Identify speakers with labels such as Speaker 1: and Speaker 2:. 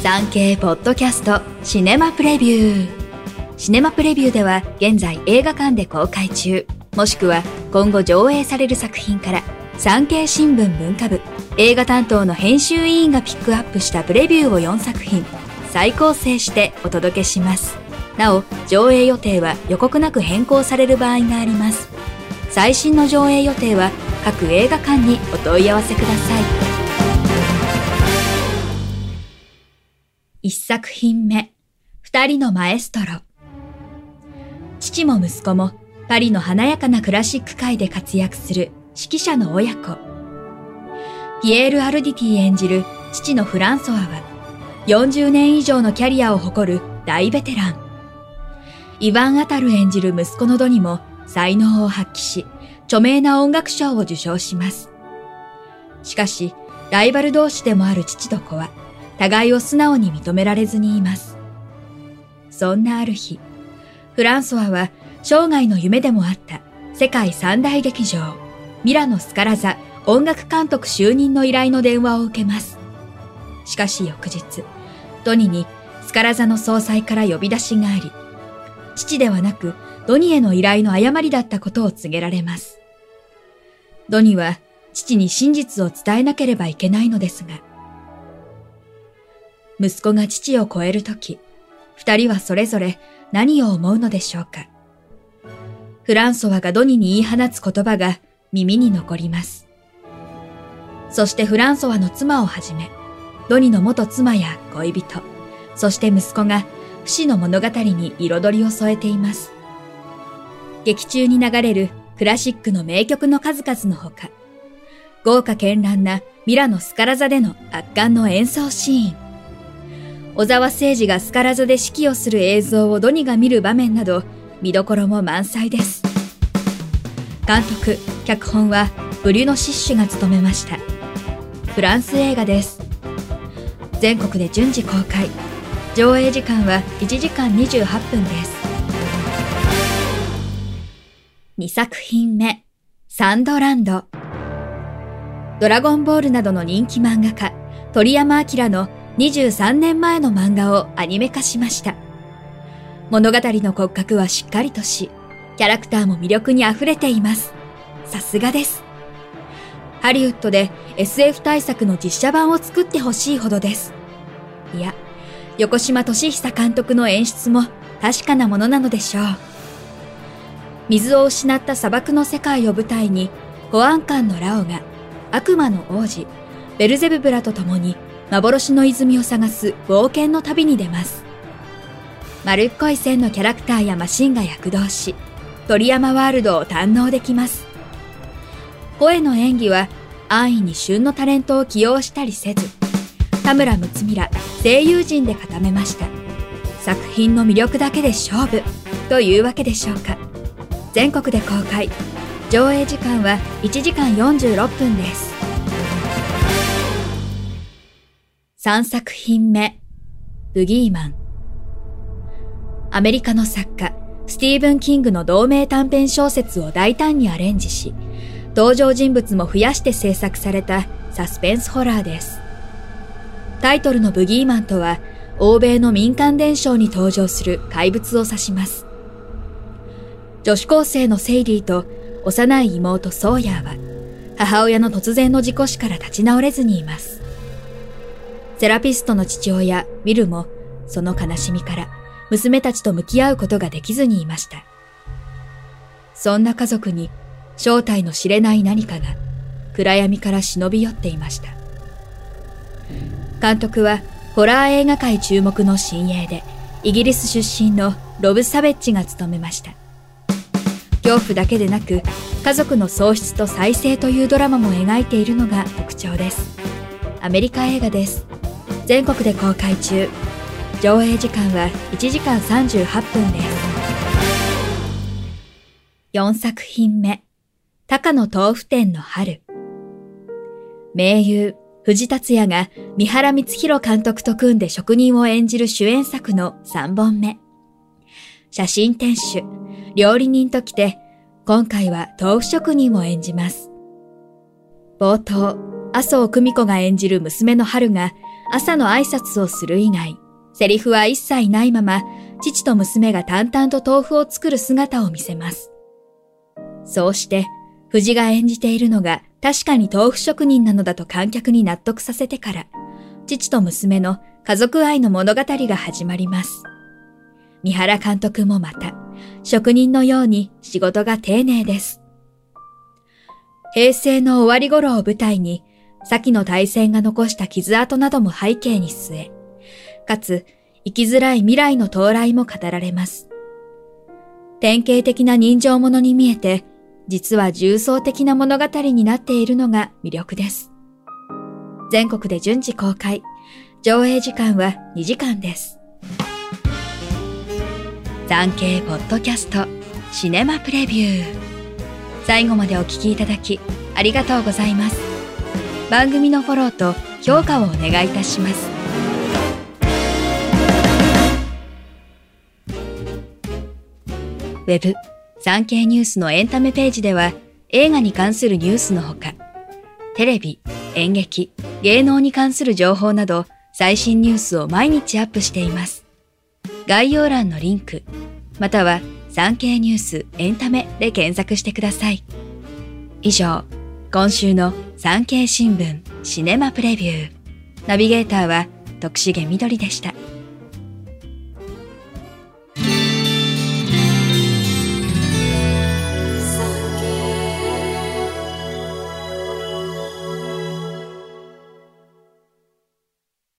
Speaker 1: 産経ポッドキャストシネマプレビュー。シネマプレビューでは現在映画館で公開中、もしくは今後上映される作品から産経新聞文化部映画担当の編集委員がピックアップしたプレビューを4作品再構成してお届けします。なお、上映予定は予告なく変更される場合があります。最新の上映予定は各映画館にお問い合わせください。1作品目、二人のマエストロ。父も息子もパリの華やかなクラシック界で活躍する指揮者の親子。ピエール・アルディティ演じる父のフランソワは40年以上のキャリアを誇る大ベテラン。イヴァン・アタル演じる息子のドニも才能を発揮し、著名な音楽賞を受賞します。しかし、ライバル同士でもある父と子は互いを素直に認められずにいます。そんなある日、フランソワは生涯の夢でもあった世界三大劇場、ミラノ・スカラ座音楽監督就任の依頼の電話を受けます。しかし翌日、ドニにスカラ座の総裁から呼び出しがあり、父ではなくドニへの依頼の誤りだったことを告げられます。ドニは父に真実を伝えなければいけないのですが、息子が父を超えるとき、二人はそれぞれ何を思うのでしょうか。フランソワがドニに言い放つ言葉が耳に残ります。そしてフランソワの妻をはじめ、ドニの元妻や恋人、そして息子が不死の物語に彩りを添えています。劇中に流れるクラシックの名曲の数々のほか、豪華絢爛なミラノ・スカラ座での圧巻の演奏シーン、小沢誠二がスカラ座で指揮をする映像をドニが見る場面など、見どころも満載です。監督、脚本はブリュノ・シッシュが務めました。フランス映画です。全国で順次公開。上映時間は1時間28分です。2作品目、サンドランド。ドラゴンボールなどの人気漫画家、鳥山明の23年前の漫画をアニメ化しました。物語の骨格はしっかりとし、キャラクターも魅力に溢れています。さすがです。ハリウッドで SF 大作の実写版を作ってほしいほどです。いや、横島俊久監督の演出も確かなものなのでしょう。水を失った砂漠の世界を舞台に、保安官のラオが悪魔の王子、ベルゼブブラと共に幻の泉を探す冒険の旅に出ます。丸っこい線のキャラクターやマシンが躍動し、鳥山ワールドを堪能できます。声の演技は安易に旬のタレントを起用したりせず、田村睦美ら声優陣で固めました。作品の魅力だけで勝負というわけでしょうか。全国で公開。上映時間は1時間46分です。3作品目、ブギーマン。アメリカの作家、スティーブン・キングの同名短編小説を大胆にアレンジし、登場人物も増やして制作されたサスペンスホラーです。タイトルのブギーマンとは、欧米の民間伝承に登場する怪物を指します。女子高生のセイリーと幼い妹ソーヤーは、母親の突然の事故死から立ち直れずにいます。セラピストの父親、ウィルも、その悲しみから娘たちと向き合うことができずにいました。そんな家族に正体の知れない何かが暗闇から忍び寄っていました。監督はホラー映画界注目の新鋭で、イギリス出身のロブ・サベッジが務めました。恐怖だけでなく、家族の喪失と再生というドラマも描いているのが特徴です。アメリカ映画です。全国で公開中。上映時間は1時間38分です。4作品目、高野豆腐店の春。名優、藤達也が三原光弘監督と組んで職人を演じる主演作の3本目。写真店主、料理人ときて、今回は豆腐職人を演じます。冒頭、麻生久美子が演じる娘の春が朝の挨拶をする以外、セリフは一切ないまま、父と娘が淡々と豆腐を作る姿を見せます。そうして、藤が演じているのが確かに豆腐職人なのだと観客に納得させてから、父と娘の家族愛の物語が始まります。三原監督もまた、職人のように仕事が丁寧です。平成の終わり頃を舞台に、先の大戦が残した傷跡なども背景に据え、かつ生きづらい未来の到来も語られます。典型的な人情ものに見えて、実は重層的な物語になっているのが魅力です。全国で順次公開、上映時間は2時間です。産経ポッドキャストシネマプレビュー。最後までお聞きいただきありがとうございます。番組のフォローと評価をお願いいたします。ウェブ産経ニュースのエンタメページでは映画に関するニュースのほか、テレビ、演劇、芸能に関する情報など最新ニュースを毎日アップしています。概要欄のリンク、または産経ニュースエンタメで検索してください。以上、今週の産経新聞シネマプレビュー。ナビゲーターは徳重みどりでした。